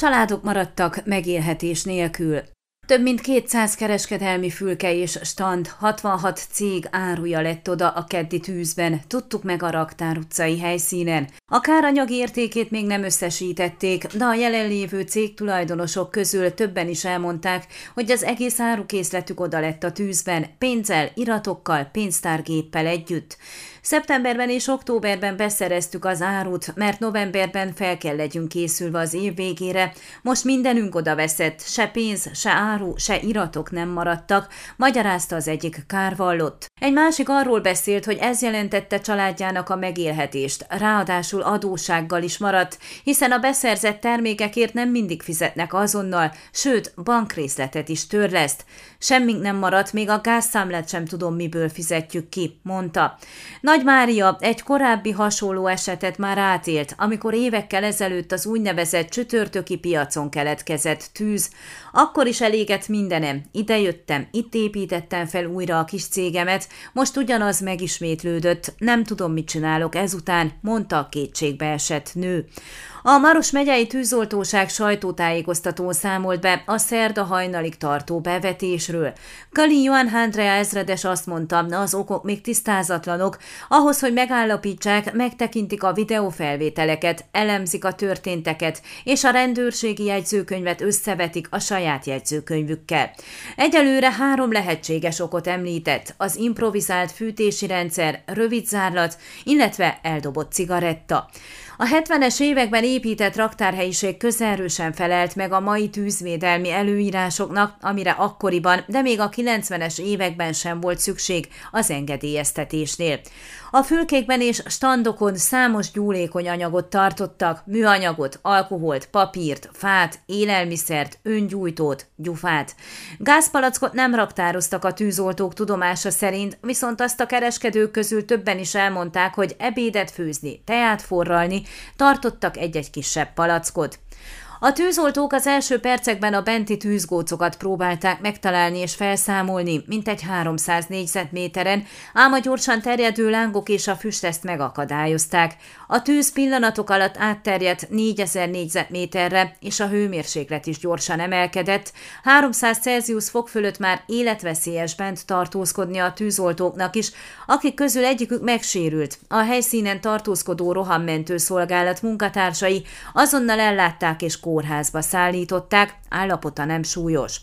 Családok maradtak megélhetés nélkül. Több mint 200 kereskedelmi fülke és stand, 66 cég áruja lett oda a keddi tűzben, tudtuk meg a Raktár utcai helyszínen. A káranyagi értékét még nem összesítették, de a jelenlévő cégtulajdonosok közül többen is elmondták, hogy az egész árukészletük oda lett a tűzben, pénzzel, iratokkal, pénztárgéppel együtt. Szeptemberben és októberben beszereztük az árut, mert novemberben fel kell legyünk készülve az év végére. Most mindenünk odaveszett, se pénz, se áru, se iratok nem maradtak, magyarázta az egyik kárvallott. Egy másik arról beszélt, hogy ez jelentette családjának a megélhetést, ráadásul adóssággal is maradt, hiszen a beszerzett termékekért nem mindig fizetnek azonnal, sőt, bankrészletet is törleszt. Semmink nem maradt, még a gázszámlát sem tudom, miből fizetjük ki, mondta. Nagy Mária egy korábbi hasonló esetet már átélt, amikor évekkel ezelőtt az úgynevezett csütörtöki piacon keletkezett tűz. Akkor is elégett mindenem. Ide jöttem, itt építettem fel újra a kis cégemet, most ugyanaz megismétlődött, nem tudom, mit csinálok ezután, mondta a kétségbeesett nő. A Maros megyei tűzoltóság sajtótájékoztatón számolt be a szerda hajnalig tartó bevetésről. Kalin Johan Andrea ezredes azt mondta, az okok még tisztázatlanok, ahhoz, hogy megállapítsák, megtekintik a videófelvételeket, elemzik a történteket, és a rendőrségi jegyzőkönyvet összevetik a saját jegyzőkönyvükkel. Egyelőre 3 lehetséges okot említett, az improvizált fűtési rendszer, rövid zárlat, illetve eldobott cigaretta. A 70-es években épített raktárhelyiség közelről sem felelt meg a mai tűzvédelmi előírásoknak, amire akkoriban, de még a 90-es években sem volt szükség az engedélyeztetésnél. A fülkékben és standokon számos gyúlékony anyagot tartottak, műanyagot, alkoholt, papírt, fát, élelmiszert, öngyújtót, gyufát. Gázpalackot nem raktároztak a tűzoltók tudomása szerint, viszont azt a kereskedők közül többen is elmondták, hogy ebédet főzni, teát forralni, tartottak egy-egy kisebb palackot. A tűzoltók az első percekben a benti tűzgócokat próbálták megtalálni és felszámolni, mintegy 300 négyzetméteren, ám a gyorsan terjedő lángok és a füst ezt megakadályozták. A tűz pillanatok alatt átterjedt 4000 négyzetméterre, és a hőmérséklet is gyorsan emelkedett. 300 Celsius fok fölött már életveszélyes bent tartózkodni a tűzoltóknak is, akik közül egyikük megsérült. A helyszínen tartózkodó rohammentőszolgálat munkatársai azonnal ellátták és kórházba szállították, állapota nem súlyos.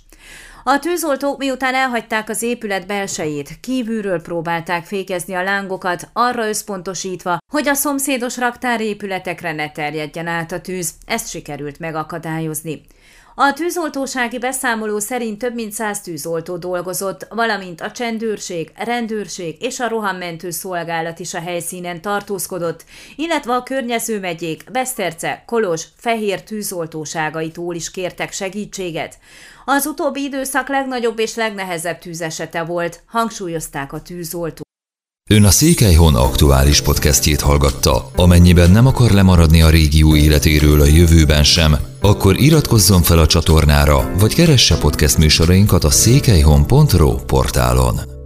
A tűzoltók miután elhagyták az épület belsejét, kívülről próbálták fékezni a lángokat, arra összpontosítva, hogy a szomszédos raktárépületekre ne terjedjen át a tűz, ezt sikerült megakadályozni. A tűzoltósági beszámoló szerint több mint 100 tűzoltó dolgozott, valamint a csendőrség, rendőrség és a rohammentő szolgálat is a helyszínen tartózkodott, illetve a környező megyék Beszterce, Kolozs, Fehér tűzoltóságaitól is kértek segítséget. Az utóbbi időszak legnagyobb és legnehezebb tűzesete volt, hangsúlyozták a tűzoltók. Ön a Székelyhon aktuális podcastjét hallgatta. Amennyiben nem akar lemaradni a régió életéről a jövőben sem, akkor iratkozzon fel a csatornára, vagy keresse podcast műsorainkat a székelyhon.ro portálon.